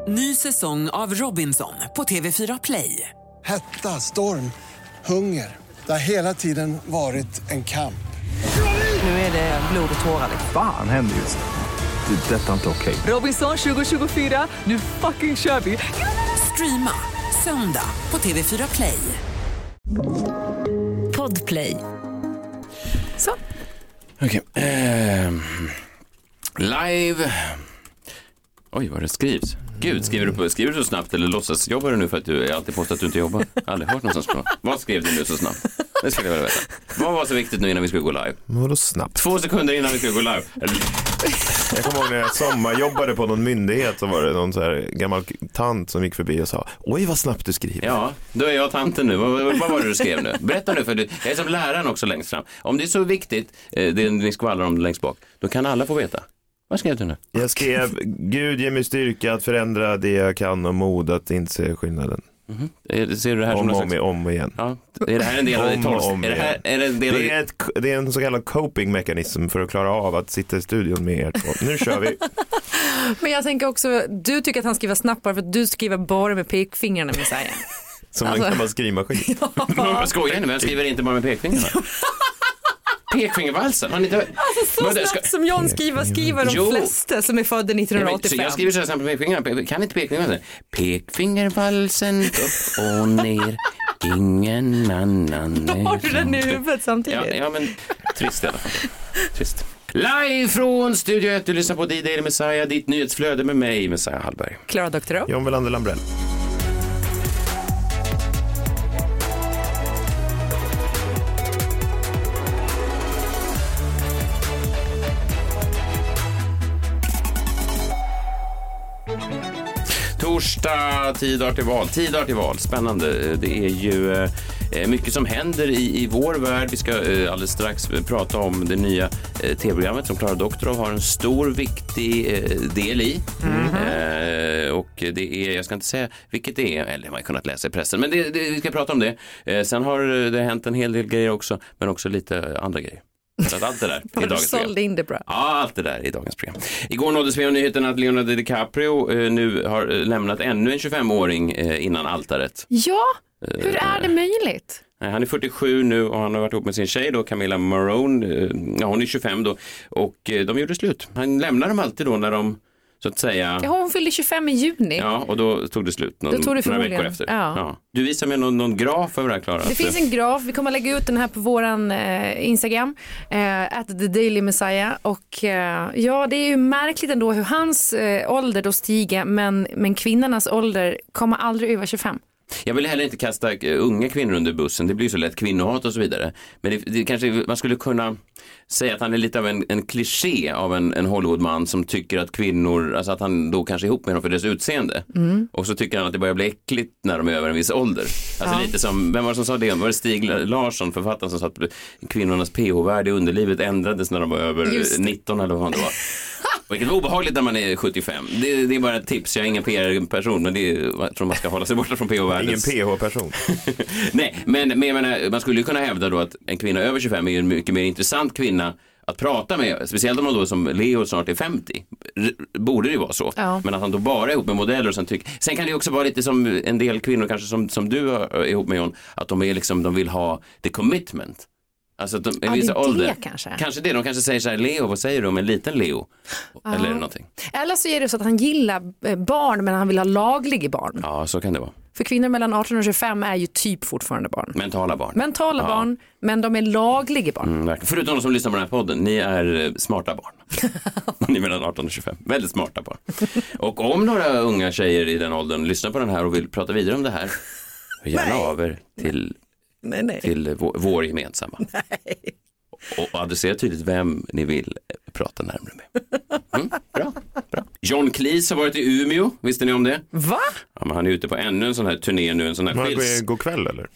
Ny säsong av Robinson på TV4 Play. Hetta, storm, hunger. Det har hela tiden varit en kamp. Nu är det blod och tårar. Fan händer just nu. Det. Detta är inte okej. Robinson 2024, nu fucking kör vi. Streama söndag på TV4 Play. Podplay. Så. Okej. Live. Oj, vad det skrivs. Gud, skriver du så snabbt eller låtsas jobbar du nu för att du alltid påstår att du inte jobbar? Jag har aldrig hört någonstans på. Vad skrev du nu så snabbt? Det skulle jag vilja veta. Vad var så viktigt nu innan vi skulle gå live? Vadå snabbt? 2 sekunder innan vi skulle gå live. Jag kommer ihåg när jag sommarjobbade på någon myndighet, så var det någon så här gammal tant som gick förbi och sa: oj, vad snabbt du skriver. Ja, då är jag tanten nu. Vad var det du skrev nu? Berätta nu, för jag är som läraren också längst fram. Om det är så viktigt, det ni skvallrar om längst bak, då kan alla få veta. Vad skrev du nu? Jag skrev: Gud ger mig styrka att förändra det jag kan och mod att inte se skillnaden. Ser du det här som om och igen. Ja. Är det här en del av det är en så kallad coping-mekanism för att klara av att sitta i studion med er två. Nu kör vi. Men jag tänker också, du tycker att han skriver snabbare för att du skriver bara med pekfingrarna, med säga. Som en gammal skrivmaskin. Jag skojar nu, men jag skriver inte bara med pekfingrarna. Pekfingervalsen. Har ni inte... Alltså så snabbt som John skriver de flesta som är födda 1985. Jag skriver så här snabbt med pekfingrarna. Kan inte pekfingervalsen? Pekfingervalsen upp och ner. Ingen annan. Då har du den i huvudet samtidigt. Ja, men trist i alla fall. Trist. Live från Studio 1. Du lyssnar på D-Daily Messiah. Ditt nyhetsflöde med mig, Messiah Hallberg. Klara Doktorov. John Welander Lambrell. Torsdag, 10 dagar till val. Spännande. Det är ju mycket som händer i vår värld. Vi ska alldeles strax prata om det nya tv-programmet som Klara Doktorov har en stor, viktig del i. Och det är, jag ska inte säga vilket det är, eller man har kunnat läsa i pressen, men vi ska prata om det. Sen har det hänt en hel del grejer också, men också lite andra grejer. Så att allt det där i dagens program. In det bra. Ja, allt det där i dagens program. Igår nåddes vi av nyheten att Leonardo DiCaprio nu har lämnat ännu en 25-åring innan altaret. Ja, hur är det möjligt? Han är 47 nu och han har varit ihop med sin tjej då, Camilla Morrone. Ja, hon är 25 då. Och de gjorde slut. Han lämnar dem alltid då när de, så att säga... Ja, hon fyllde 25 i juni. Ja, och då tog det slut några veckor efter. Ja. Du visar mig någon graf över det här, Klara. Det finns en graf, vi kommer att lägga ut den här på våran Instagram, @TheDailyMessiah. Och ja, det är ju märkligt ändå hur hans ålder då stiger, men kvinnornas ålder kommer aldrig över 25. Jag vill heller inte kasta unga kvinnor under bussen. Det blir så lätt kvinnohat och så vidare. Men det kanske man skulle kunna säga att han är lite av en kliché av en Hollywoodman som tycker att kvinnor, alltså att han då kanske är ihop med dem för deras utseende. Och så tycker han att det börjar bli äckligt när de är över en viss ålder. Alltså lite som, vem var det som sa det? Var det Stig Larsson, författaren, som sa att kvinnornas pH-värde i underlivet ändrades när de var över 19 eller vad det var. Vilket var obehagligt när man är 75. Det är bara ett tips. Jag är ingen PR-person, men jag tror man ska hålla sig borta från pH-värdet. Ingen pH-person. Nej, men man skulle ju kunna hävda då att en kvinna över 25 är en mycket mer intressant kvinna att prata med. Speciellt om man då som Leo snart är 50. Borde det ju vara så. Ja. Men att han då bara är ihop med modeller och sen kan det ju också vara lite som en del kvinnor kanske som du är ihop med, John, att de är liksom, de vill ha the commitment. Alltså att en viss ålder. Kanske det. De kanske säger så här: Leo, vad säger du om en liten Leo? Eller någonting. Eller så är det så att han gillar barn, men han vill ha lagliga barn. Ja, så kan det vara. För kvinnor mellan 18 och 25 är ju typ fortfarande barn. Mentala barn, men de är lagliga barn. Förutom de som lyssnar på den här podden, ni är smarta barn. Ni är mellan 18 och 25, väldigt smarta barn. Och om några unga tjejer i den åldern lyssnar på den här och vill prata vidare om det här, hör gärna av er till vår gemensamma. Nej. Och adressera tydligt vem ni vill prata närmare med. Bra. John Cleese har varit i Umeå, visste ni om det? Va? Ja, men han är ute på ännu en sån här turné nu, en sån här god kväll eller?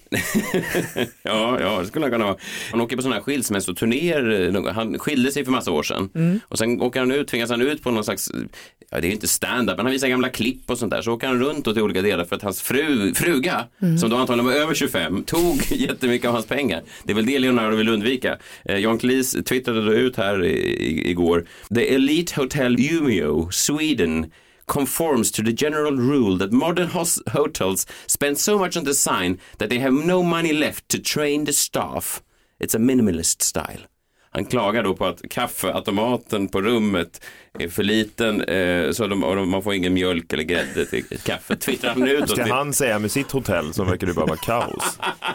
ja, det skulle han kunna vara. Han åker på såna här skilsmässoturnéer. Han skilde sig för massa år sedan. Och sen åker han ut, tvingas han ut på någon slags, ja, det är inte stand-up, men han visar gamla klipp och sånt där. Så åker han runt till olika delar för att hans fruga, som då antagligen var över 25, tog jättemycket av hans pengar. Det är väl det Leonardo vill undvika. John Cleese twittrade då ut här igår: The Elite Hotel Umeå, Sweden conforms to the general rule that modern hotels spend so much on design that they have no money left to train the staff. It's a minimalist style. Han klagar då på att kaffeautomaten på rummet är för liten så man får ingen mjölk eller grädde till kaffe. Twittrar han ut. Ska han säga med sitt hotell så verkar det bara vara kaos.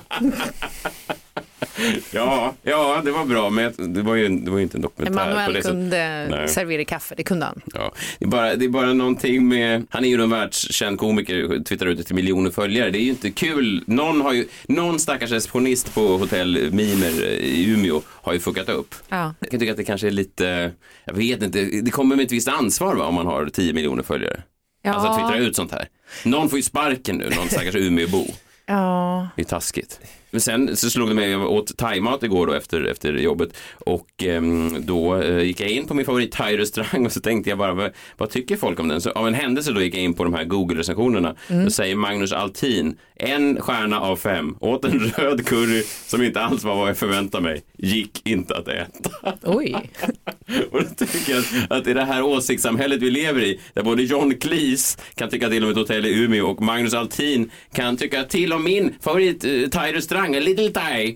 Ja, det var bra, men det var ju inte en dokumentär. Emanuel på det kunde servera kaffe, det kunde han. Ja, det är bara någonting med, han är ju en världskänd komiker, twittrar ut till miljoner följare. Det är ju inte kul. Någon stackars receptionist på hotell Mimer i Umeå har ju fuckat upp. Ja. Jag kan tycka att det kanske är lite, jag vet inte, det kommer med ett visst ansvar va, om man har 10 miljoner följare. Ja. Alltså att twittra ut sånt här. Någon får ju sparken nu, någon stackars Umeåbo. Ja. Det är taskigt. Men sen så slog det mig, jag åt thaimat igår då efter jobbet och då gick jag in på min favorit thai-restaurang och så tänkte jag bara, vad tycker folk om den? Så av en händelse då gick jag in på de här Google-recensionerna. Då säger Magnus Altin, 1 stjärna av 5, åt en röd curry som inte alls var vad jag förväntade mig, gick inte att äta. Oj. Och då tycker jag att i det här åsiktssamhället vi lever i, där både John Cleese kan tycka till om ett hotell i Umeå och Magnus Altin kan tycka till om min favorit thai-restaurang, Little Thai.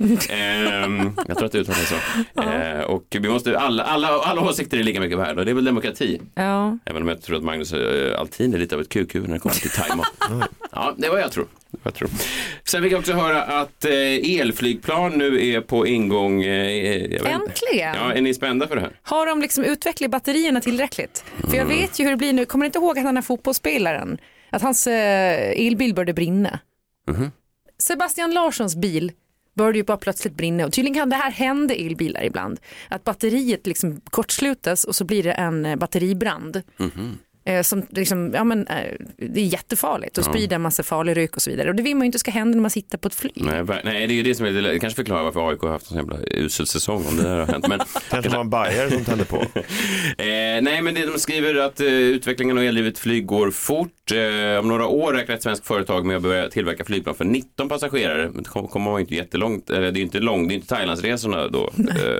Jag tror att det uttalar så. Och vi måste, alla åsikter är lika mycket värda och det är väl demokrati. Ja. Även om jag tror att Magnus Altin är lite av ett QQ när det kommer till thaimat. Ja, det var jag tror. Sen fick jag också höra att elflygplan nu är på ingång. Äntligen! Ja, är ni spända för det här? Har de liksom utvecklat batterierna tillräckligt? För jag vet ju hur det blir nu. Kommer ni inte ihåg att den här fotbollsspelaren, att hans elbil började brinna? Sebastian Larssons bil började ju bara plötsligt brinna. Och tydligen kan det här hända elbilar ibland. Att batteriet liksom kortslutas och så blir det en batteribrand. Som liksom, det är jättefarligt och sprider en massa farlig rök och så vidare. Och det vill man ju inte ska hända när man sitter på ett flyg. Nej, det är ju det som är, kanske förklarar varför AIK har haft en jävla usel säsong om det där har hänt. Men kanske var en bajare som tände på. Nej, men det de skriver att utvecklingen av eldrivet flyg går fort. Om några år räknar ett svenskt företag med att börja tillverka flygplan för 19 passagerare. Men det kommer inte jättelångt. Det är inte långt, det är inte Thailandsresorna då.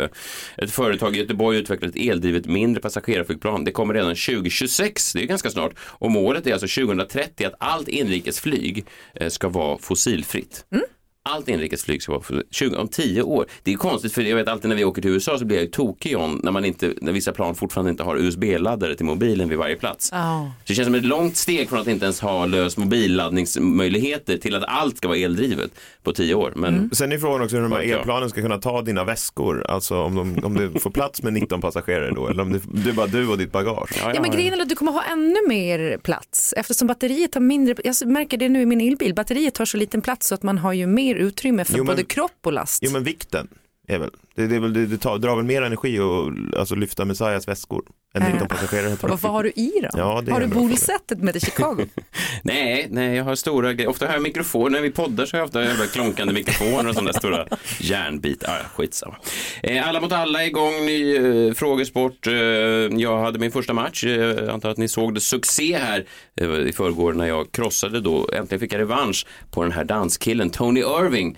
Ett företag i Göteborg utvecklar ett eldrivet mindre passagerarflygplan. Det kommer redan 2026. Det är ganska snart. Och målet är alltså 2030 att allt inrikesflyg ska vara fossilfritt. Allt inrikesflyg ska vara om 10 år. Det är konstigt för jag vet alltid när vi åker till USA så blir jag ju tokig när vissa plan fortfarande inte har USB-laddare till mobilen vid varje plats. Så det känns som ett långt steg från att inte ens ha lös mobilladdningsmöjligheter till att allt ska vara eldrivet på 10 år. Men sen är frågan också hur de här elplanen ska kunna ta dina väskor. Alltså om du får plats med 19 passagerare då eller om det är bara du och ditt bagage. Ja men grejen är att du kommer ha ännu mer plats eftersom batteriet har mindre. Jag märker det nu i min elbil. Batteriet tar så liten plats så att man har ju mer utrymme för både kropp och last. Jo men vikten är väl det drar väl mer energi att alltså lyfta Messiahs väskor än 19 passagerare. Vad har du i då? Ja, har du bolsättet med till Chicago? nej, jag har stora grejer. Ofta har jag mikrofoner, när vi poddar så har jag ofta jävla klonkande mikrofoner och sådana stora järnbitar. Skitsamma. Alla mot alla är igång, ny frågesport. Jag hade min första match. Jag antar att ni såg det succé här i förrgår när jag krossade då. Äntligen fick jag revansch på den här danskillen Tony Irving.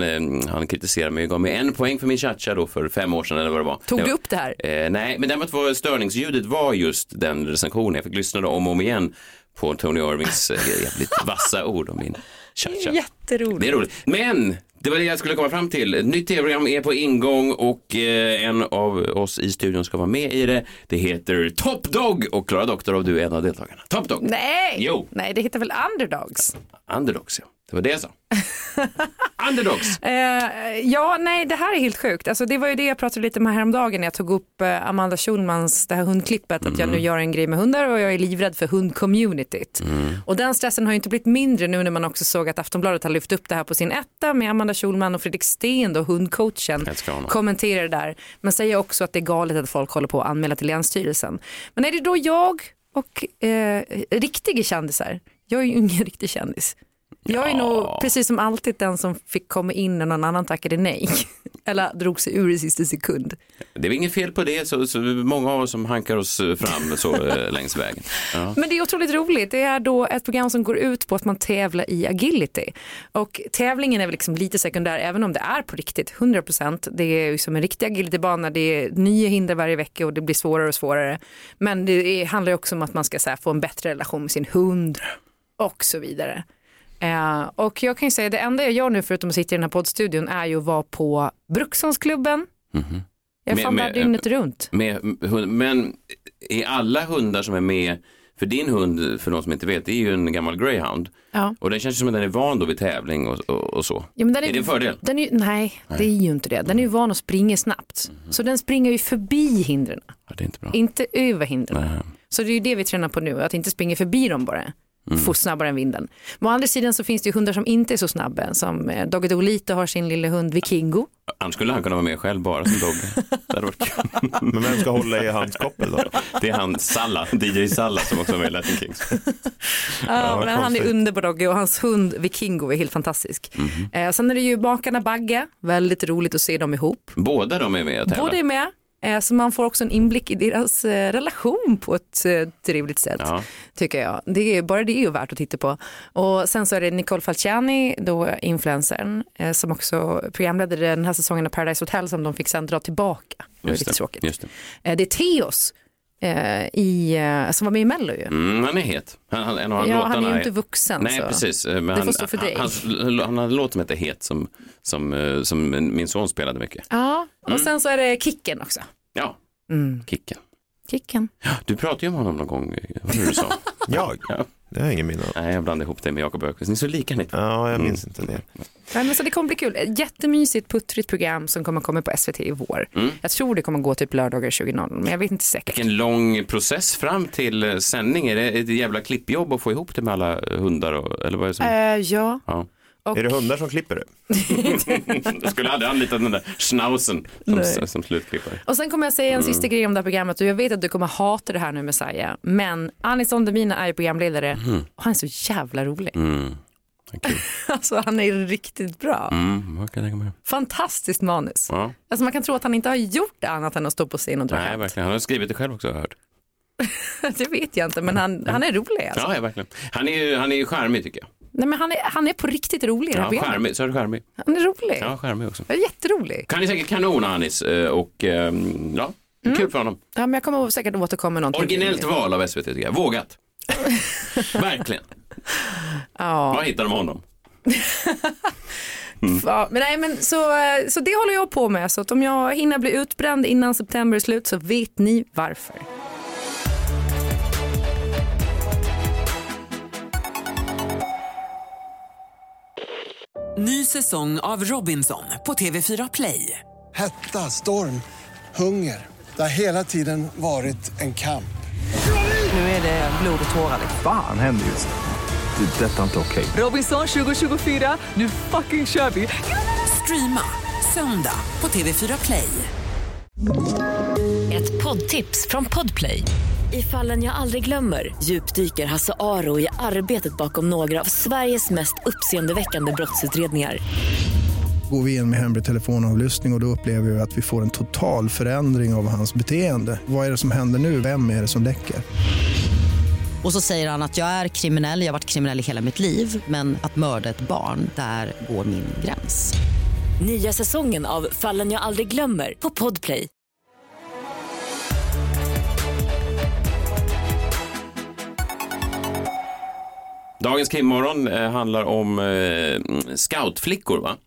Han kritiserade mig och gav mig 1 poäng för min cha-cha då för 5 år sedan eller vad det var. Tog du upp det här? Nej, men däremot var störningsljudet var just den recensionen. Jag fick lyssna då om och igen på Tony Irvings jävligt vassa ord om min cha-cha. Jätteroligt. Det är roligt. Men det var det jag skulle komma fram till. Ett nytt tv-program är på ingång och en av oss i studion ska vara med i det. Det heter Top Dog och Klara Doktorov, du är en av deltagarna. Top Dog. Nej, jo. Nej, det heter väl Underdogs? Underdogs, ja. Det var det jag sa. Underdogs. Det här är helt sjukt. Alltså, det var ju det jag pratade lite med häromdagen när jag tog upp Amanda Schulmans det här hundklippet att jag nu gör en grej med hundar och jag är livrädd för hundcommunityt. Och den stressen har ju inte blivit mindre nu när man också såg att Aftonbladet har lyft upp det här på sin etta med Amanda Schulman och Fredrik Sten och hundcoachen kommenterar det där. Men säger också att det är galet att folk håller på att anmäla till Länsstyrelsen. Men är det då jag och riktiga kändisar? Jag är ju ingen riktig kändis. Jag är nog precis som alltid den som fick komma in när någon annan tackade nej. eller drog sig ur i sista sekund. Det är inget fel på det, så många av oss som hankar oss fram så längs vägen. Ja. Men det är otroligt roligt. Det är då ett program som går ut på att man tävlar i agility. Och tävlingen är väl liksom lite sekundär, även om det är på riktigt 100%. Det är ju som en riktig agilitybana. Det är nya hinder varje vecka och det blir svårare och svårare. Men det handlar också om att man ska så här, få en bättre relation med sin hund och så vidare. Och jag kan ju säga, det enda jag gör nu förutom att sitta i den här poddstudion är ju att vara på Brukshundsklubben. Mm-hmm. Jag är fan där dygnet runt. Men är alla hundar som är med, för din hund, för de som inte vet, det är ju en gammal greyhound. Ja. Och den känns som att den är van då vid tävling och så. Ja, men är det en fördel? Nej, det är ju inte det. Den är ju van att springa snabbt. Mm. Så den springer ju förbi hindren. Ja, det är inte bra. Inte över hindren. Nej. Så det är ju det vi tränar på nu, att inte springa förbi dem bara. Få snabbare än vinden. Men å andra sidan så finns det ju hundar som inte är så snabba, som Dogge Dolito har sin lilla hund Vikingo. Annars skulle han kunna vara med själv bara som Dogge. Men vem ska hålla i hans koppel då? Det är han Salla, DJ Salla som också är med i Latin Kings. Ja, men han är underbar Dogge och hans hund Vikingo är helt fantastisk. Sen är det ju Bakarna Bagge, väldigt roligt att se dem ihop. Båda de är med att tävla? Båda är med. Så man får också en inblick i deras relation på ett trevligt sätt, tycker jag. Bara det är ju värt att titta på. Och sen så är det Nicole Falciani, då influencern, som också programledde den här säsongen av Paradise Hotel som de fick sen dra tillbaka. Det var lite tråkigt. Just det. Det är Theos som var med i Mello ju. Han är het. Han är ju inte vuxen. Nej, så. Precis. Men det får stå för dig. Han hade en låt som heter Het som min son spelade mycket. Ja, och sen så är det Kicken också. Ja, Kicken. Ja, du pratade ju om honom någon gång. Vad var det du sa? Jag? Ja. Det har ingen minne. Nej, jag blandade ihop det med Jakob Öqvist. Ni är så lika ni. Ja, jag minns inte det. Ja, men så det kommer bli kul. Ett jättemysigt, puttrigt program som kommer komma på SVT i vår. Jag tror det kommer gå typ lördagar 20.00, men jag vet inte säkert. Vilken lång process fram till sändning. Är det ett jävla klippjobb att få ihop det med alla hundar? Eller vad är det som... Ja. Och... Är det hundar som klipper det? Jag skulle aldrig anlita den där schnauzen som slutklippare. Och sen kommer jag säga en sista grej om det här programmet. Och jag vet att du kommer hata det här nu, Messiah. Men Anis Don Demina är programledare. Och han är så jävla rolig. Okay. Alltså han är riktigt bra. Fantastiskt manus. Ja. Alltså man kan tro att han inte har gjort det annat än att stå på scen och dra Nej, verkligen. Han har skrivit det själv också, har jag hört. Det vet jag inte, men han är rolig alltså. Ja, verkligen. Han är ju charmig tycker jag. Nej, men han är på riktigt rolig. Ja, charmig. Så är det charmig. Han är rolig. Ja, charmig också. Han är jätterolig. Kan ni säkert kanon, Anis. Och kul för honom. Ja, men jag kommer säkert återkomma någonting. Originellt val av SVT tycker jag. Vågat. Verkligen. Ja. Vad hittar de honom? Ja, men nej, men så det håller jag på med. Så att om jag hinner bli utbränd innan september är slut så vet ni varför. Ny säsong av Robinson på TV4 Play. Hetta, storm, hunger. Det har hela tiden varit en kamp. Nu är det blod och tårar. Fan händer just det. Det är detta inte okej. Robinson 2024, nu fucking kör vi. Streama söndag på TV4 Play. Ett poddtips från Podplay. I Fallen jag aldrig glömmer djupdyker Hasse Aro i arbetet bakom några av Sveriges mest uppseendeväckande brottsutredningar. Går vi in med hemlig telefonavlyssning och då upplever vi att vi får en total förändring av hans beteende. Vad är det som händer nu? Vem är det som läcker? Och så säger han att jag är kriminell, jag har varit kriminell i hela mitt liv. Men att mörda ett barn, där går min gräns. Nya säsongen av Fallen jag aldrig glömmer på Podplay. Dagens Krimmorgon handlar om scoutflickor, va?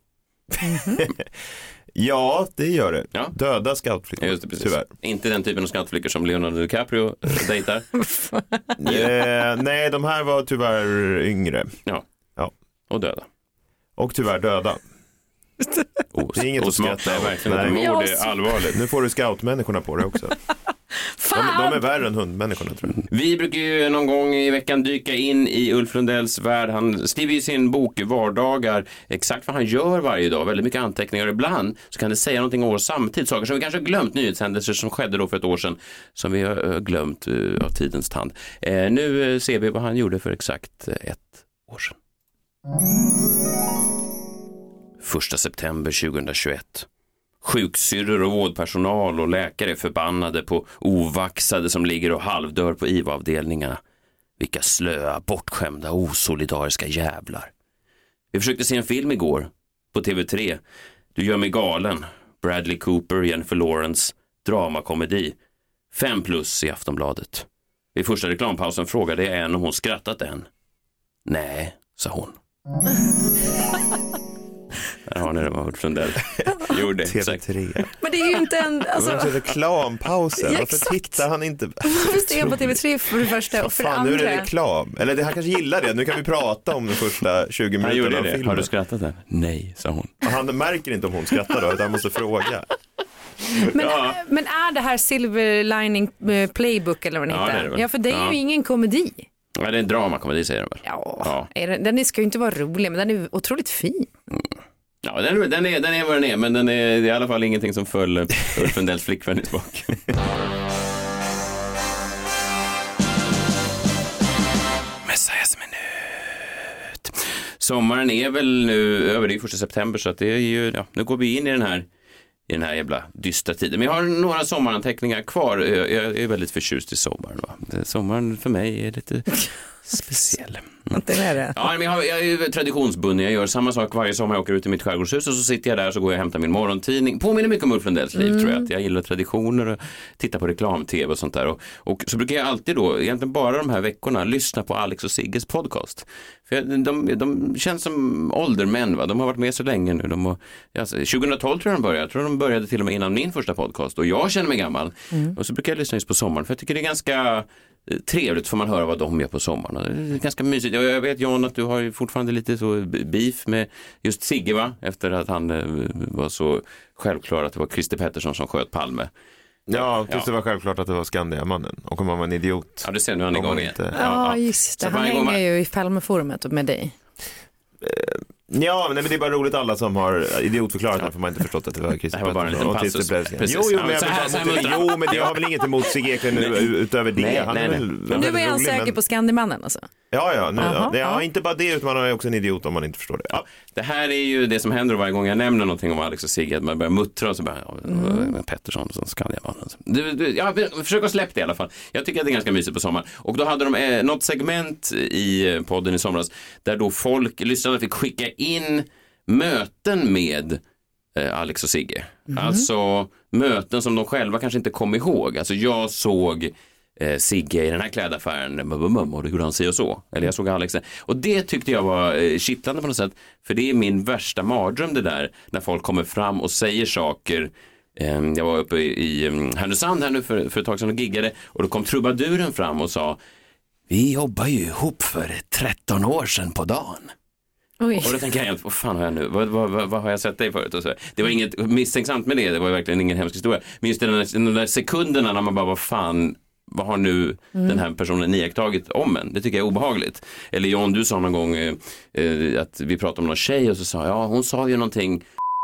Ja, det gör det. Ja. Döda scoutflickor, just det, precis. Tyvärr. Inte den typen av scoutflickor som Leonardo DiCaprio dejtar. Nej, de här var tyvärr yngre. Ja. Och döda. Och tyvärr döda. Det är inget att skratta av. Det är allvarligt. Nu får du scoutmänniskorna på det också. De är värre än hundmänniskorna, tror jag. Vi brukar ju någon gång i veckan dyka in i Ulf Lundells värld. Han skriver i sin bok Vardagar exakt vad han gör varje dag. Väldigt mycket anteckningar. Ibland så kan det säga någonting om vår samtid. Saker som vi kanske har glömt. Nyhetshändelser som skedde då för ett år sedan. Som vi har glömt av tidens tand. Nu ser vi vad han gjorde för exakt ett år sedan. 1 september 2021. Sjuksyrror och vårdpersonal och läkare är förbannade på ovaxade som ligger och halvdör på IVA-avdelningarna. Vilka slöa, bortskämda, osolidariska jävlar. Vi försökte se en film igår på TV3. Du gör mig galen. Bradley Cooper, Jennifer Lawrence, dramakomedi. 5+ i Aftonbladet. Vid första reklampausen frågade jag en om hon skrattat än. Nej, sa hon. Där har ni det, vad Ulf Lundell gjorde. TV3. Men det är ju inte en... Alltså... reklampausen. Varför tittar han inte? Varför ser på TV3 för det första och för det andra? Nu är det reklam. Eller det, han kanske gillar det. Nu kan vi prata om de första 20 minuterna av filmen. Har du skrattat än? Nej, sa hon. Och han märker inte om hon skrattar då, utan han måste fråga. Men är det här Silver Lining Playbook eller vad den heter? Det är det. För det är ju ingen komedi. Ja, det är en dramakomedi säger de väl. Ja. Den ska ju inte vara rolig, men den är otroligt fin. Ja, den är vad den är, men den är i alla fall ingenting som föll Ulf Lundells flickvän i smak. Messiahs minut. Sommaren är väl nu över, det är 1 september, så att det är ju, nu går vi in i den här jävla dystra tiden. Men jag har några sommaranteckningar kvar. Jag är väldigt förtjust i sommaren. Va? Sommaren för mig är lite speciell. Det är det. Ja, men jag är ju traditionsbunden. Jag gör samma sak varje sommar. Jag åker ut i mitt skärgårdshus och så sitter jag där och så går jag och hämtar min morgontidning. Påminner mycket om Ulf Lundells liv, tror jag. Att jag gillar traditioner och tittar på reklam-tv och sånt där. Och så brukar jag alltid då, egentligen bara de här veckorna, lyssna på Alex och Sigges podcast. För de känns som åldermän, va? De har varit med så länge nu. 2012 tror jag de började. Jag tror de började till och med innan min första podcast. Och jag känner mig gammal. Och så brukar jag lyssna just på sommaren. För jag tycker det är ganska trevligt för man höra vad de gör på sommaren. Det är ganska mysigt. Jag vet, John, att du har ju fortfarande lite så beef med just Sigge, va? Efter att han var så självklar att det var Christer Pettersson som sköt Palme. Ja, det var självklart att det var Skandiamannen. Och om man var en idiot. Ja, det ser nu han igång igen. Ja, just det. Han hänger ju i Palmeforumet med dig. Ja, men det är bara roligt, alla som har idiotförklarat varför man inte förstått att det var Christer Pettersson. Jo, men jag har väl inget emot Sigge Eklund utöver det. Nu är han säker på Skandiamannen alltså. Ja, inte bara det, utan man är också en idiot om man inte förstår det. Ja, det här är ju det som händer varje gång jag nämner någonting om Alex och Sigge, att man börjar muttra och så bara Pettersson som Skandiamannen. Försök att släppa det i alla fall. Jag tycker att det är ganska mysigt på sommaren. Och då hade de något segment i podden i somras där då lyssnarna fick skicka in möten med Alex och Sigge. Alltså möten som de själva kanske inte kom ihåg. Alltså jag såg Sigge i den här klädaffären och det gjorde han sig och så. Eller jag såg Alex. Och det tyckte jag var kittlande på något sätt. För det är min värsta mardröm det där. När folk kommer fram och säger saker. Jag var uppe i Härnösand här nu för ett tag sedan och giggade. Och då kom trubaduren fram och sa: vi jobbar ju ihop för 13 år sedan på dagen. Oj. Och då tänker jag, vad fan har jag nu? Vad har jag sett dig förut? Och så. Det var inget misstänksamt med det. Det var verkligen ingen hemsk historia. Men just de där sekunderna när man bara, vad har nu den här personen iakttagit om en? Det tycker jag är obehagligt. Eller John, du sa någon gång att vi pratade om någon tjej och så sa hon sa ju någonting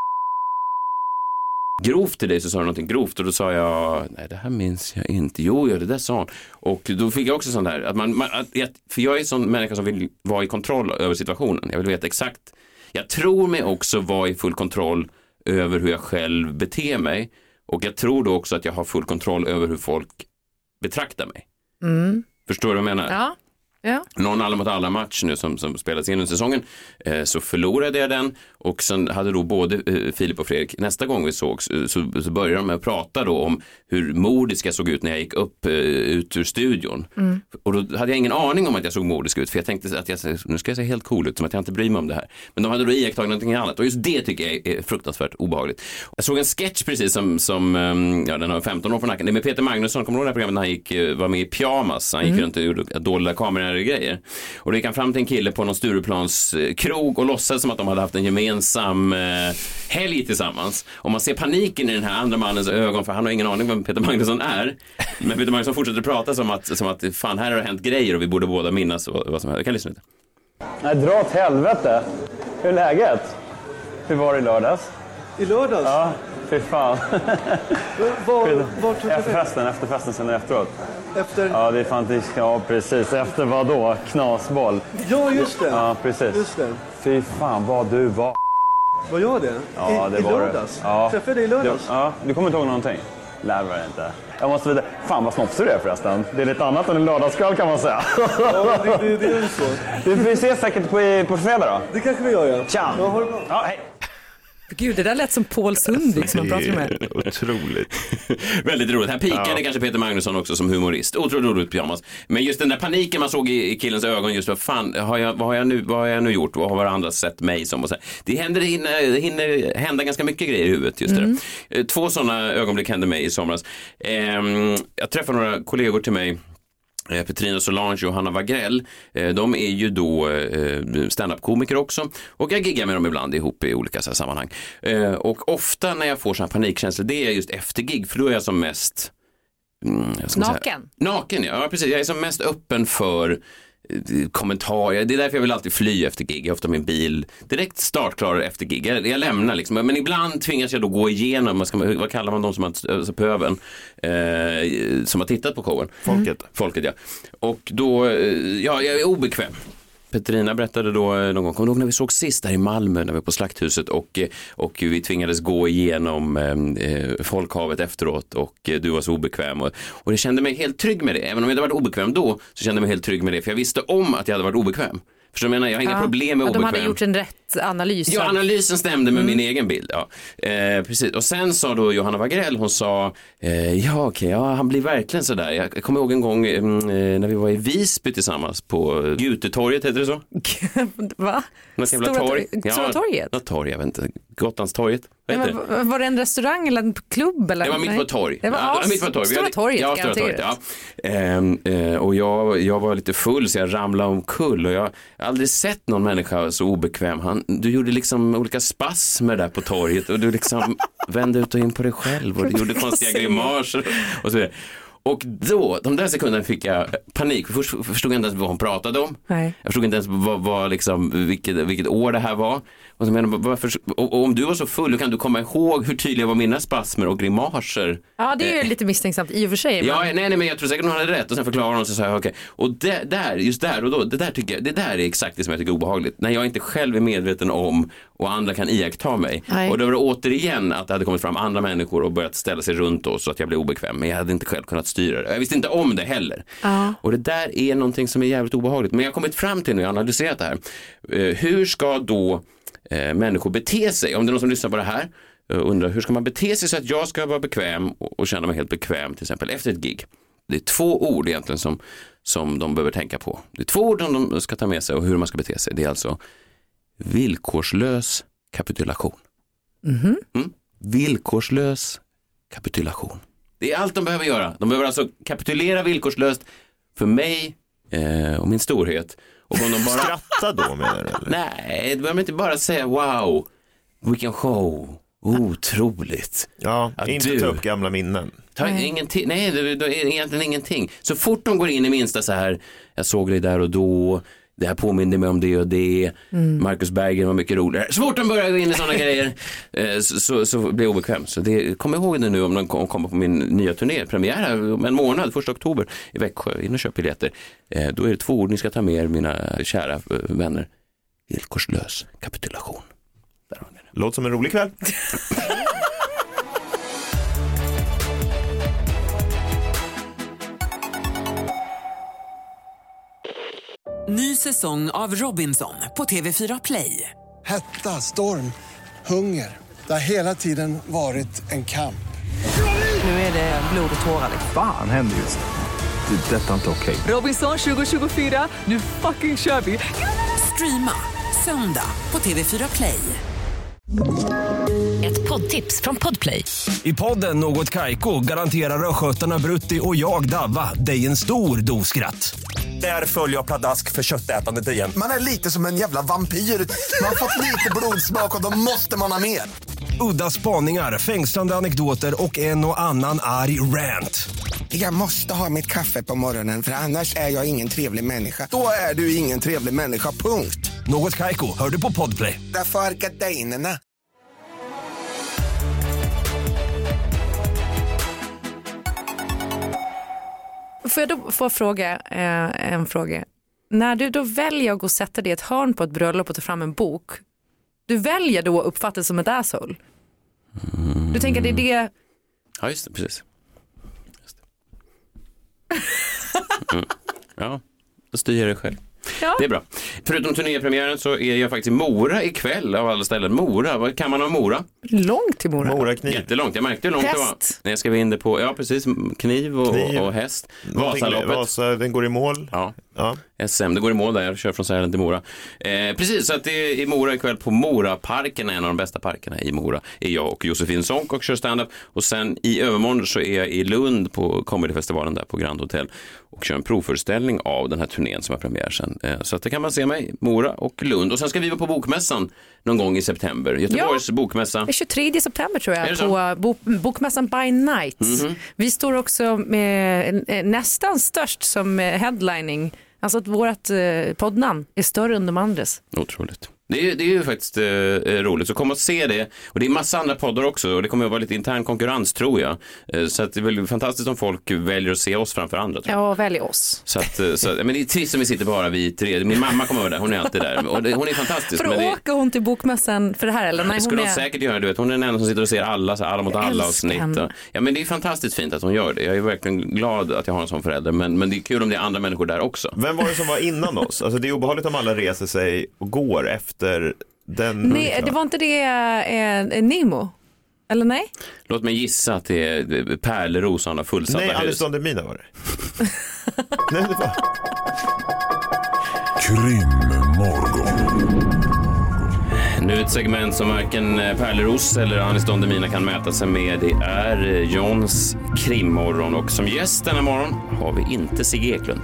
grovt till dig, så sa du någonting grovt och då sa jag, nej det här minns jag inte. Jo, det där sa hon. Och då fick jag också sån där, för jag är en sån människa som vill vara i kontroll över situationen. Jag vill veta exakt. Jag tror mig också vara i full kontroll över hur jag själv beter mig. Och jag tror då också att jag har full kontroll över hur folk betraktar mig. Förstår du vad jag menar? Ja. Någon alla mot alla match nu som spelades in under säsongen, så förlorade jag den och sen hade då både Filip och Fredrik, nästa gång vi sågs så började de med att prata då om hur modisk jag såg ut när jag gick upp ut ur studion. Och då hade jag ingen aning om att jag såg modisk ut, för jag tänkte att nu ska jag se helt cool ut, som att jag inte bryr mig om det här. Men de hade då iakttagit någonting annat och just det tycker jag är fruktansvärt obehagligt. Jag såg en sketch precis som den har 15 år på nacken. Det är med Peter Magnusson, kommer du ihåg det här programmet när han var med i pyjamas? Han gick runt och gjorde dåliga kameror grejer. Och då gick han fram till en kille på någon Stureplans krog och låtsades som att de hade haft en gemensam helg tillsammans. Och man ser paniken i den här andra mannens ögon, för han har ingen aning vem Peter Magnusson är. Men Peter Magnusson fortsätter prata som att fan, här har det hänt grejer och vi borde båda minnas vad som händer. Jag kan lyssna lite. Nej, dra åt helvete. Hur är läget? Hur var det i lördags? I lördags? Ja, fy fan. Var tog Efter festen sen efteråt. Efter? Ja, det är fan inte... Ja, precis. Efter vad då? Knasboll. Ja, just det. Ja, precis. Just det. Fy fan vad du var. Vad gör det? Ja, det I var lördags? Ja. Träffade dig i lördags? Ja, du kommer inte ihåg någonting? Lär inte. Jag måste veta. Fan vad snopsig du är förresten. Det är lite annat än en lördagskväll kan man säga. Ja, det är så. Vi ses säkert på fredag då. Det kanske vi gör, ja. Tja! Ja, ha det bra. Ja, hej. Gud, det där lät som Paul Sundvik som man pratar med. Otroligt. Väldigt roligt. Här pikade kanske Peter Magnusson också som humorist. Otroligt roligt pyjamas. Men just den där paniken man såg i killens ögon, just vad fan, vad har jag nu gjort? Vad har andra sett mig som? Och så. Det hinner hända ganska mycket grejer i huvudet just det. 2 sådana ögonblick hände mig i somras. Jag träffade några kollegor till mig, Petrina Solange och Hanna Wagrell. De är ju då stand-up-komiker också. Och jag giggar med dem ibland ihop i olika så här sammanhang. Och ofta när jag får sån här panikkänslor, det är just efter gig. För då är jag som mest... Naken, ja precis. Jag är som mest öppen för kommentarer. Det är därför jag vill alltid fly efter gig. Jag har ofta min bil direkt startklar efter gig. Jag lämnar liksom. Men ibland tvingas jag då gå igenom, vad kallar man dem som har pöven som har tittat på showen? Folket, ja. Och då, jag är obekväm. Petrina berättade då någon gång, kommer du ihåg när vi såg sist där i Malmö när vi var på Slakthuset och vi tvingades gå igenom folkhavet efteråt och du var så obekväm och jag kände mig helt trygg med det. Även om jag hade varit obekväm då så kände jag mig helt trygg med det för jag visste om att jag hade varit obekväm. Förstår du, jag har inga problem med obekväm. De hade gjort en rätt analys. Ja, analysen stämde med min egen bild. Ja. Precis. Och sen sa då Johanna Wagrell, hon sa han blir verkligen sådär. Jag kommer ihåg en gång när vi var i Visby tillsammans på Gutetorget, heter det så? Va? Stora torget? Stora torget? Något torg, jag vet inte. Gotlandstorget? Var det en restaurang eller en klubb? Eller? Det var mitt på torg. Det var mitt på torg. Stora torget. Ja, Stora torget, ja. Och jag var lite full så jag ramlade omkull och jag har aldrig sett någon människa så obekväm. Du gjorde liksom olika spasmer där på torget och du liksom vände ut och in på dig själv och du gjorde konstiga grimaser och så vidare. Och då, de där sekunderna fick jag panik. Först förstod jag inte ens vad hon pratade om. Nej. Jag förstod inte ens vad liksom, vilket år det här var. Och så menar, och om du var så full, kan du komma ihåg hur tydliga var mina spasmer och grimaser? Ja, det är ju lite misstänksamt i och för sig. Ja, nej, men jag tror säkert hon hade rätt. Och sen förklarar hon så här, okej. Och just där och då, det där är exakt det som jag tycker är obehagligt. När jag inte själv är medveten om och andra kan iaktta mig. Nej. Och då var det återigen att det hade kommit fram andra människor och börjat ställa sig runt oss så att jag blev obekväm. Men jag hade inte själv kunnat styra det. Jag visste inte om det heller. Ja. Och det där är någonting som är jävligt obehagligt. Men jag har kommit fram till när jag analyserat det här. Hur ska då människor bete sig? Om det är någon som lyssnar på det här undrar, hur ska man bete sig så att jag ska vara bekväm och känna mig helt bekväm till exempel efter ett gig? Det är 2 ord egentligen som de behöver tänka på. Det är 2 ord som de ska ta med sig och hur man ska bete sig. Det är alltså villkorslös kapitulation. Villkorslös kapitulation. Det är allt de behöver göra. De behöver alltså kapitulera villkorslöst för mig och min storhet. Och om de bara... Skratta då menar du? Eller? Nej, de behöver inte bara säga wow, vilken show, otroligt. Ja, inte ta upp gamla minnen. Ingenting, nej, det är egentligen ingenting. Så fort de går in i minsta så här, jag såg dig där och då, det här påminner mig om det och det, Marcus Berggren var mycket roligare. Så fort de börjar gå in i sådana grejer så blir jag obekväm. Så kom ihåg det nu om de kommer på min nya turné. Premiär om en månad, 1 oktober i Växjö. In och köp biljetter. Då är det 2 ord ni ska ta med er, mina kära vänner. Villkorslös kapitulation. Där har ni det. Låt som en rolig kväll. Ny säsong av Robinson på TV4 Play. Hetta, storm, hunger. Det har hela tiden varit en kamp. Nu är det blod och tårar. Fan händer just det. Detta är inte okej. Robinson 2024, nu fucking kör vi. Streama söndag på TV4 Play. Ett poddtips från Podplay. I podden Något Kaiko garanterar röskötarna Brutti och jag Davva dig en stor doskratt. Där följer jag pladask för köttätandet igen. Man är lite som en jävla vampyr. Man har fått lite blodsmak och då måste man ha mer. Udda spaningar, fängslande anekdoter och en och annan arg rant. Jag måste ha mitt kaffe på morgonen för annars är jag ingen trevlig människa. Då är du ingen trevlig människa, punkt. Något Kaiko, hör du på Podplay. Därför är gardinerna. Får jag då få fråga en fråga? När du då väljer att gå och sätta dig i ett hörn på ett bröllop och ta fram en bok, Du väljer då att uppfattas som ett asshole. Du tänker att det är det... Ja, just det, precis. Ja, då styr jag det själv. Ja. Det är bra. Förutom turnépremiären så är jag faktiskt i Mora ikväll av alla ställen. Mora, vad kan man ha Mora? Långt till Mora. Morakniv. Jättelångt, jag märkte hur långt häst. Det var. När jag skrev in det på, ja precis, kniv och häst. Vasaloppet. Vasa, den går i mål. Ja. SM, det går i mål där, jag kör från Sälen till Mora. Precis, så att det är i Mora ikväll på Moraparken, en av de bästa parkerna i Mora, är jag och Josefin Sonck och kör stand-up. Och sen i övermorgon så är jag i Lund på Comedyfestivalen där på Grand Hotel och kör en provföreställning av den här turnén som har premiär sen. Så att det kan man se mig, Mora och Lund. Och sen ska vi vara på Bokmässan någon gång i september. Göteborgs bokmässa. Det är 23 september tror jag på Bokmässan by Night. Vi står också med nästan störst som headlining. Alltså att vårt poddnamn är större än de andres. Otroligt. Det är ju faktiskt roligt, så kom och se det. Och det är massa andra poddar också, och det kommer att vara lite intern konkurrens tror jag. Så att det är väl fantastiskt om folk väljer att se oss framför andra. Ja, välj oss. Så men det är trist som vi sitter bara vi tre. Min mamma kommer vara där, hon är alltid där. Och hon är fantastisk. Åker hon till Bokmässan för det här? Eller? Nej, skulle hon säkert göra, du vet. Hon är den enda som sitter och ser alla mot alla avsnitt. Ja, men det är fantastiskt fint att hon gör det. Jag är verkligen glad att jag har en sån förälder. Men det är kul om det är andra människor där också. Vem var det som var innan oss? Alltså det är obehagligt om alla reser sig och går efter den. Nej, det var inte det Nemo. Eller nej? Låt mig gissa att det är Pärleros han har fullsatta hus. Nej, Alice Mina var det. Nej, det var Krimmorgon. Nu ett segment som varken Pärleros eller Anis Don Demina kan mäta sig med. Det är Johns krimmorgon, och som gäst denna morgon har vi inte Sigge Eklund.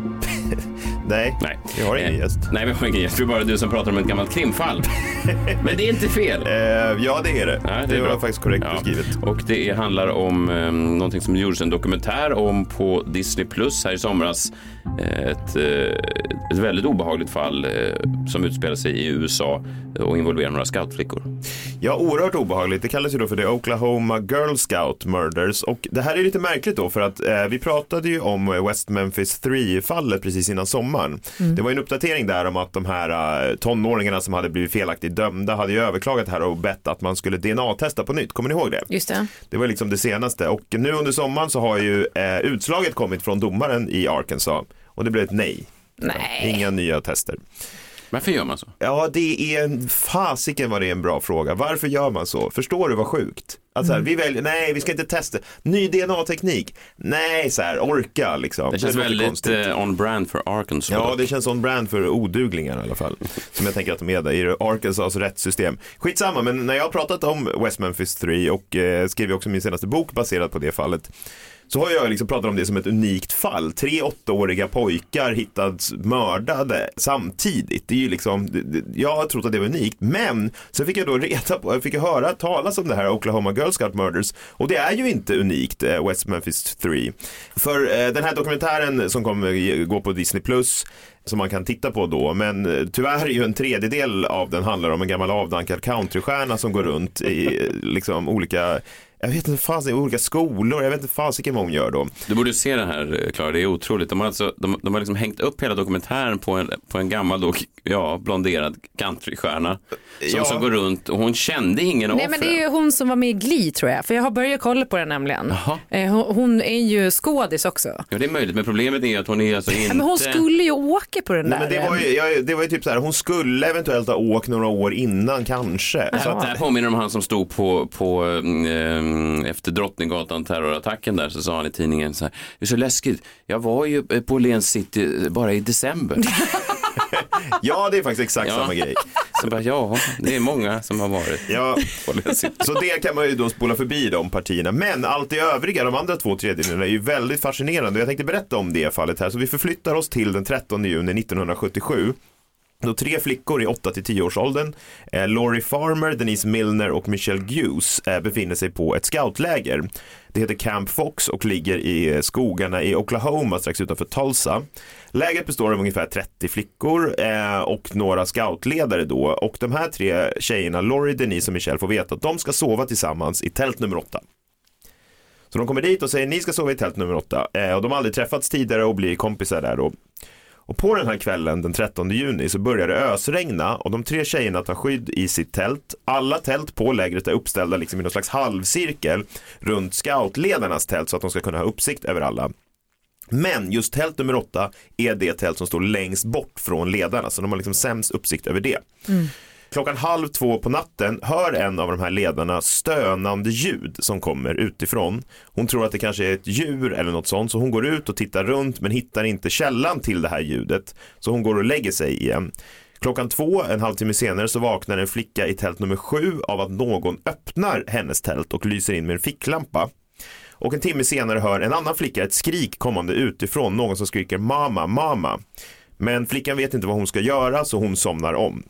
Nej, vi har ingen gäst. Nej, vi har ingen gäst. Det är bara du som pratar om ett gammalt krimfall. Men det är inte fel. Ja, det är det. Ja, det var faktiskt korrekt beskrivet. Och det handlar om någonting som gjordes en dokumentär om på Disney Plus här i somras. Ett väldigt obehagligt fall som utspelar sig i USA och involverar några scoutflickor. Ja, oerhört obehagligt. Det kallas ju då för The Oklahoma Girl Scout Murders. Och det här är lite märkligt då, för att vi pratade ju om West Memphis 3-fallet precis innan sommaren. Det var ju en uppdatering där om att de här tonåringarna som hade blivit felaktigt dömda hade ju överklagat det här och bett att man skulle DNA-testa på nytt. Kommer ni ihåg det? Just det. Det var liksom det senaste. Och nu under sommaren så har ju utslaget kommit från domaren i Arkansas. Och det blev ett nej. Inga nya tester. Varför gör man så? Ja, det är fasiken vad det är en bra fråga. Varför gör man så? Förstår du vad sjukt? Att så här, vi väljer, nej vi ska inte testa. Ny DNA-teknik. Nej, så här, orka liksom. Det känns väldigt on-brand för Arkansas. Ja, det känns on-brand för oduglingar i alla fall. Som jag tänker att de är där i Arkansas rättssystem. Skitsamma, men när jag har pratat om West Memphis 3 och skrev också min senaste bok baserad på det fallet, så har jag liksom pratat om det som ett unikt fall. 3 8-åriga pojkar hittats mördade samtidigt. Det är ju liksom, jag har trott att det var unikt. Men så fick jag då höra talas om det här Oklahoma Girl Scout Murders. Och det är ju inte unikt, West Memphis 3. För den här dokumentären som kommer gå på Disney Plus, som man kan titta på då, men tyvärr är ju en tredjedel av den handlar om en gammal avdankad countrystjärna som går runt i liksom olika, jag vet inte fan, olika skolor, jag vet inte fan vilken många gör då. Du borde se det här, Klara, det är otroligt. De har liksom hängt upp hela dokumentären på en gammal blonderad countrystjärna som går runt, och hon kände ingen offer. Nej, men det är ju hon som var med i Glee tror jag, för jag har börjat kolla på den nämligen. Hon är ju skådis också. Ja, det är möjligt, men problemet är att hon är alltså inte... Men hon skulle ju åka på den där. Men det var ju typ så här, hon skulle eventuellt ha åkt några år innan kanske. Det här påminner om han som stod på efter Drottninggatan terrorattacken där, så sa han i tidningen så här: det är så läskigt, jag var ju på Åhléns City bara i december. Ja, det är faktiskt exakt samma grej. Så bara, det är många som har varit på Åhléns City. Så det kan man ju då spola förbi de partierna. Men allt det övriga, de andra 2/3 är ju väldigt fascinerande. Jag tänkte berätta om det fallet här. Så vi förflyttar oss till den 13 juni 1977. Då 3 flickor i 8-10 års åldern, Laurie Farmer, Denise Milner och Michelle Hughes, befinner sig på ett scoutläger. Det heter Camp Fox och ligger i skogarna i Oklahoma strax utanför Tulsa. Lägret består av ungefär 30 flickor och några scoutledare då. Och de här 3 tjejerna, Laurie, Denise och Michelle, får veta att de ska sova tillsammans i tält nummer 8. Så de kommer dit och säger, ni ska sova i tält nummer 8. Och de har aldrig träffats tidigare och blir kompisar där då. Och på den här kvällen den 13 juni så börjar det ösregna och de 3 tjejerna tar skydd i sitt tält. Alla tält på lägret är uppställda liksom i någon slags halvcirkel runt scoutledarnas tält så att de ska kunna ha uppsikt över alla. Men just tält nummer 8 är det tält som står längst bort från ledarna, så de har liksom sämst uppsikt över det. 1:30 på natten hör en av de här ledarna stönande ljud som kommer utifrån. Hon tror att det kanske är ett djur eller något sånt, så hon går ut och tittar runt men hittar inte källan till det här ljudet. Så hon går och lägger sig igen. 2:00, en halvtimme senare, så vaknar en flicka i tält nummer 7 av att någon öppnar hennes tält och lyser in med en ficklampa. Och en timme senare hör en annan flicka ett skrik kommande utifrån, någon som skriker mamma, mamma. Men flickan vet inte vad hon ska göra, så hon somnar om.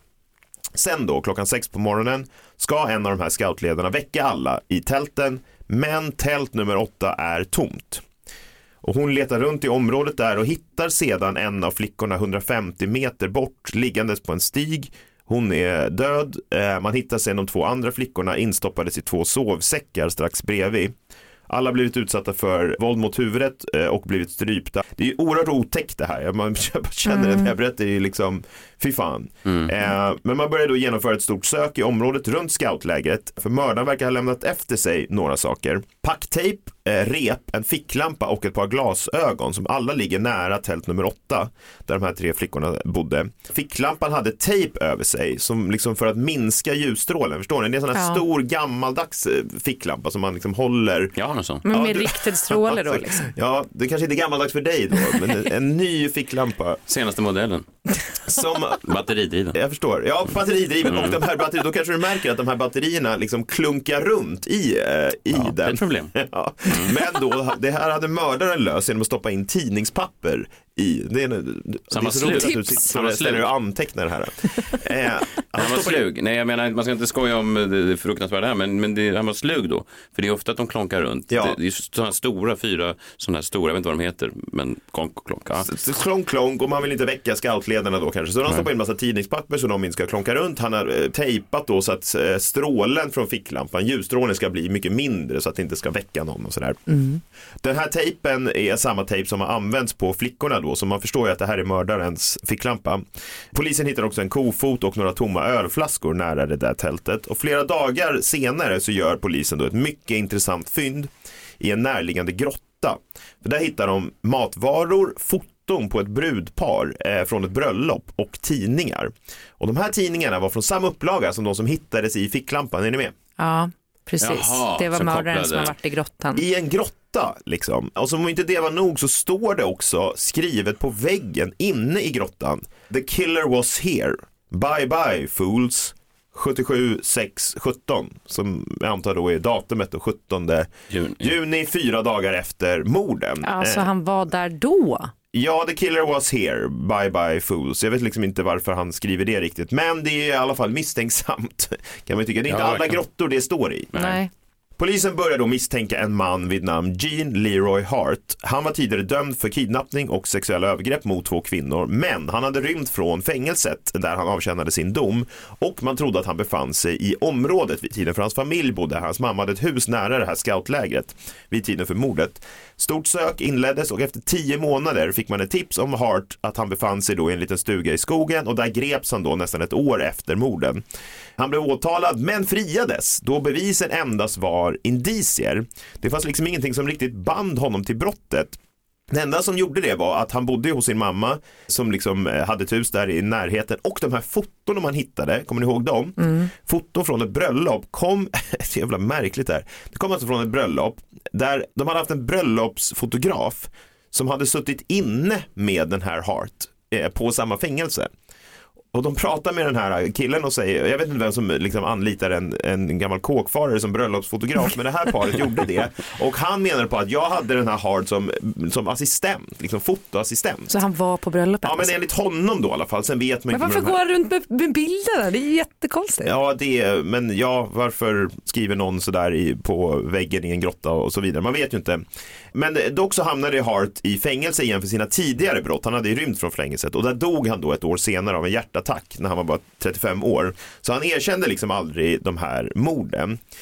Sen då, 6:00 på morgonen, ska en av de här scoutledarna väcka alla i tälten, men tält nummer 8 är tomt. Och hon letar runt i området där och hittar sedan en av flickorna 150 meter bort liggandes på en stig. Hon är död. Man hittar sen de 2 andra flickorna instoppades i 2 sovsäckar strax bredvid. Alla har blivit utsatta för våld mot huvudet och blivit strypta. Det är ju oerhört otäckt det här. Man känner att jag berättar ju liksom, fy fan. Men man börjar då genomföra ett stort sök i området runt scoutlägret. För mördaren verkar ha lämnat efter sig några saker. Packtejp, rep, en ficklampa och ett par glasögon som alla ligger nära tält nummer 8 där de här 3 flickorna bodde. Ficklampan hade tejp över sig som liksom för att minska ljusstrålen, förstår ni? Det är en sån här stor gammaldags ficklampa som man liksom håller. Men med riktad stråle då liksom. Ja, det kanske inte är gammaldags för dig då, men en ny ficklampa. Senaste modellen. Som batteridriven. Jag förstår. Ja, batteridriven och de här batterierna, då kanske du märker att de här batterierna liksom klunkar runt i den. Det är ett problem. Ja. Men då, det här hade mördaren löst genom att stoppa in tidningspapper i. Det är så roligt att du ställer och antecknar det här. Han var slug. Nej, jag menar, man ska inte skoja om det fruktansvärda här, men han var slug då. För det är ofta att de klonkar runt. Ja. Det är sådana stora, 4 sådana här stora, jag vet inte vad de heter, men klonk. Ja. Klonk, och man vill inte väcka scoutledarna då kanske. Så de stoppar in en massa tidningspapper så de inte ska klonka runt. Han har tejpat då så att strålen från ficklampan, ljusstrålen, ska bli mycket mindre så att det inte ska väcka någon och sådär. Den här tejpen är samma tejp som har använts på flickorna då, så man förstår ju att det här är mördarens ficklampa. Polisen hittar också en kofot och några tomma ölflaskor nära det där tältet. Och flera dagar senare så gör polisen då ett mycket intressant fynd i en närliggande grotta. För där hittar de matvaror, foton på ett brudpar från ett bröllop och tidningar. Och de här tidningarna var från samma upplaga som de som hittades i ficklampan, är ni med? Ja, precis. Jaha, det var mördaren som har varit i grottan. I en grotta liksom. Och som om inte det var nog så står det också skrivet på väggen inne i grottan: The killer was here. Bye bye fools. 77-6-17, som jag antar då är datumet då, 17 juni, 4 dagar efter morden. Alltså han var där då? Ja, the killer was here, bye bye fools. Jag vet liksom inte varför han skriver det riktigt, men det är i alla fall misstänksamt, kan man tycka. Det är inte alla grottor det står i. Nej. Polisen börjar då misstänka en man vid namn Gene Leroy Hart. Han var tidigare dömd för kidnappning och sexuella övergrepp mot 2 kvinnor, men han hade rymt från fängelset där han avtjänade sin dom, och man trodde att han befann sig i området vid tiden, för hans familj bodde. Hans mamma hade ett hus nära det här scoutlägret vid tiden för mordet. Stort sök inleddes och efter 10 månader fick man ett tips om Hart att han befann sig då i en liten stuga i skogen, och där greps han då nästan ett år efter morden. Han blev åtalad men friades då bevisen endast var indicier. Det fanns liksom ingenting som riktigt band honom till brottet. Det enda som gjorde det var att han bodde hos sin mamma som liksom hade ett hus där i närheten, och de här foton man hittade, kommer ni ihåg dem? Foton från ett bröllop kom, det är jävla märkligt där. Det kom alltså från ett bröllop där de hade haft en bröllopsfotograf som hade suttit inne med den här Hart på samma fängelse. Och de pratar med den här killen och säger, jag vet inte vem som liksom anlitar en gammal kåkfarare som bröllopsfotograf, men det här paret gjorde det. Och han menade på att jag hade den här Hart som assistent, liksom fotoassistent. Så han var på bröllopet? Ja, men enligt honom då i alla fall. Sen vet man men varför går han runt med bilderna? Det är jättekonstigt. Ja, men varför skriver någon sådär på väggen i en grotta och så vidare? Man vet ju inte. Men dock så hamnade Hart i fängelse igen för sina tidigare brott. Han hade ju rymt från fängelset, och där dog han då ett år senare av en hjärtattack när han var bara 35 år. Så han erkände liksom aldrig de här morden.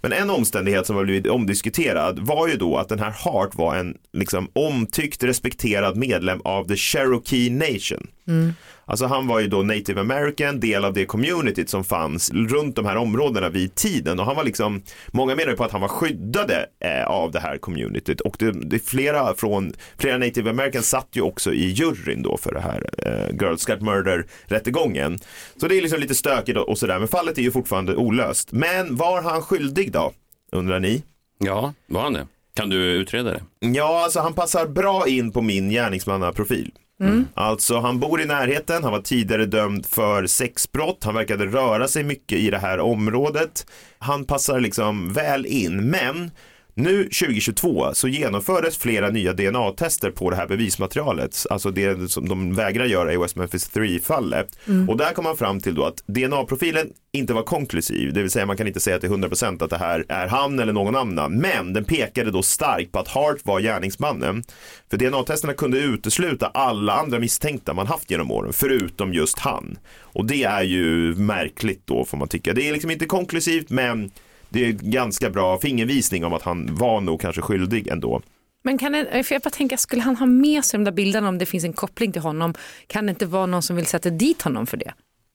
Men en omständighet som har blivit omdiskuterad var ju då att den här Hart var en liksom omtyckt, respekterad medlem av the Cherokee Nation. Alltså han var ju då Native American, del av det communityt som fanns runt de här områdena vid tiden. Och han var liksom, många menar ju på att han var skyddade av det här communityt. Och det flera Native Americans satt ju också i juryn då för det här Girl Scout Murder-rättegången. Så det är liksom lite stökigt och sådär, men fallet är ju fortfarande olöst. Men var han skyldig då, undrar ni? Ja, var han det? Kan du utreda det? Ja, alltså han passar bra in på min gärningsmannaprofil. Alltså han bor i närheten, han var tidigare dömd för sexbrott, han verkade röra sig mycket i det här området. Han passar liksom väl in, men nu 2022 så genomfördes flera nya DNA-tester på det här bevismaterialet. Alltså det som de vägrar göra i West Memphis 3-fallet. Och där kom man fram till då att DNA-profilen inte var konklusiv. Det vill säga man kan inte säga till 100% att det här är han eller någon annan. Men den pekade då starkt på att Hart var gärningsmannen. För DNA-testerna kunde utesluta alla andra misstänkta man haft genom åren, förutom just han. Och det är ju märkligt då, får man tycka. Det är liksom inte konklusivt, men det är ganska bra fingervisning om att han var nog kanske skyldig ändå. Men för jag bara tänker, skulle han ha med sig de där bilderna om det finns en koppling till honom? Kan det inte vara någon som vill sätta dit honom för det?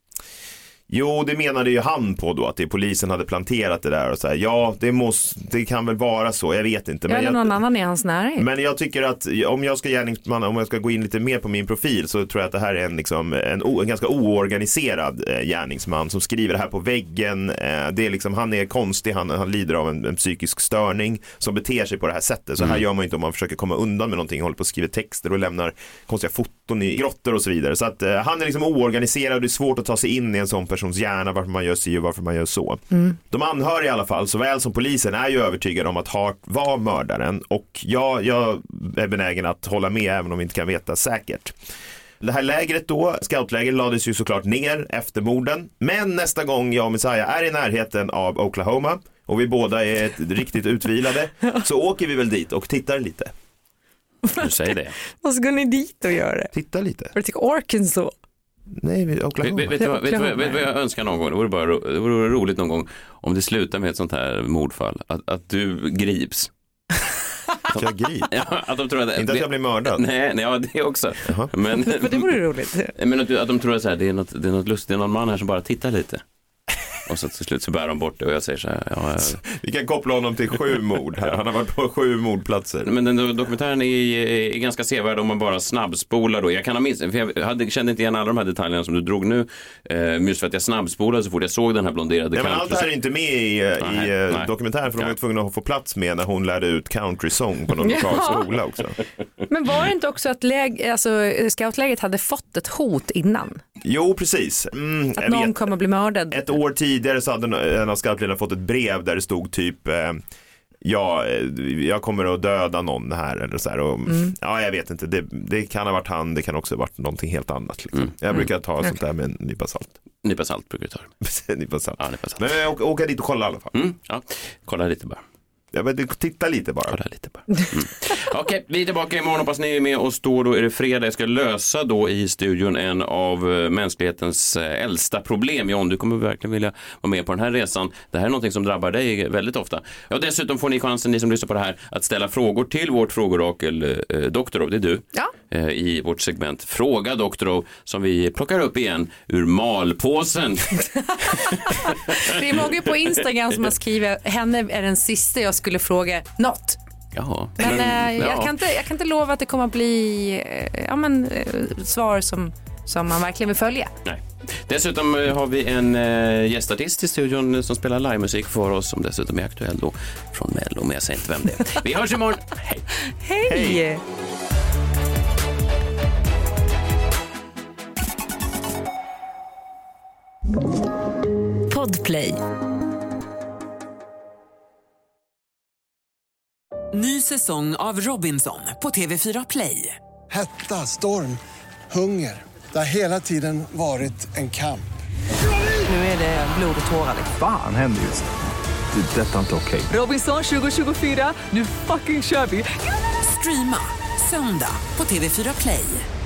Jo, det menade ju han på då, att polisen hade planterat det där och så här, ja, det kan väl vara så, jag vet inte. Men eller någon annan i hans närhet. Men jag tycker att om jag ska gå in lite mer på min profil, så tror jag att det här är en ganska oorganiserad gärningsman som skriver det här på väggen. Det är liksom, han är konstig, han lider av en psykisk störning som beter sig på det här sättet. Så här gör man inte om man försöker komma undan med någonting, håller på att skriva texter och lämnar konstiga foton i grottor och så vidare. Så att han är liksom oorganiserad och det är svårt att ta sig in i en sån persons hjärna, varför man gör si och varför man gör så. De anhöriga i alla fall, såväl som polisen, är ju övertygade om att Hart var mördaren, och jag är benägen att hålla med även om vi inte kan veta säkert. Det här lägret då, scoutläger, lades ju såklart ner efter morden, men nästa gång jag och Messiah är i närheten av Oklahoma och vi båda är riktigt utvilade, så åker vi väl dit och tittar lite. Du säger det. Vad ska ni dit och göra? Titta lite. Var det till Arkansas? Nej, Oklahoma. Vet du vad jag önskar någon gång? Det vore roligt någon gång om det slutar med ett sånt här mordfall. Att du grips. Att jag grips? Ja, att de tror att inte att jag blir mördad. Nej, ja, det också. Men, för det vore roligt. Men att de tror att så här, det är något lustigt. Det är någon man här som bara tittar lite. Och så till slut så bär de bort det och jag säger så här, vi kan koppla honom till 7 mord här. Han har varit på 7 mordplatser. Men den dokumentären är ganska sevärd om man bara snabbspolar då. Jag kan ha missat, för jag kände inte igen alla de här detaljerna som du drog nu. Just för att jag snabbspolade så fort jag såg den här blonderade country. Men allt det här är inte med i dokumentären, för de var tvungna att få plats med när hon lärde ut country song på någon lokal skola också. Men var det inte också att scoutläget hade fått ett hot innan? Jo, precis. Att någon kommer att bli mördad. Ett år tidigare så hade en av scoutledarna fått ett brev där det stod typ jag kommer att döda någon här eller så här. Och, ja, jag vet inte. Det kan ha varit han, det kan också ha varit någonting helt annat. Liksom. Jag brukar ta sånt där med en nypa salt. Nypa salt brukar du ta. Nypa salt. Ja, nypa salt. Men jag åker dit och kolla i alla fall. Ja, kolla lite bara. Ja, men titta lite bara. Okej, vi är tillbaka imorgon. Hoppas ni är med oss då är det fredag. Jag ska lösa då i studion en av mänsklighetens äldsta problem. John, du kommer verkligen vilja vara med på den här resan. Det här är någonting som drabbar dig väldigt ofta. Ja, dessutom får ni chansen, ni som lyssnar på det här, att ställa frågor till vårt frågorakel Doktorov, det är du. Ja. I vårt segment Fråga Doktorov, som vi plockar upp igen ur malpåsen. Det är många på Instagram som har skrivit, henne är den sista jag skulle fråga något. Jaha. Men jag kan inte lova att det kommer att bli svar som man verkligen vill följa. Nej. Dessutom har vi en gästartist i studion som spelar livemusik för oss, som dessutom är aktuell då från Mello, men jag säger inte vem det är. Vi hörs imorgon. Hej. Hej. Podplay. Ny säsong av Robinson på TV4 Play. Hetta, storm, hunger. Det har hela tiden varit en kamp. Nu är det blod och tårar. Fan händer just det. Detta är inte okej. Robinson 2024, nu fucking kör vi. Streama söndag på TV4 Play.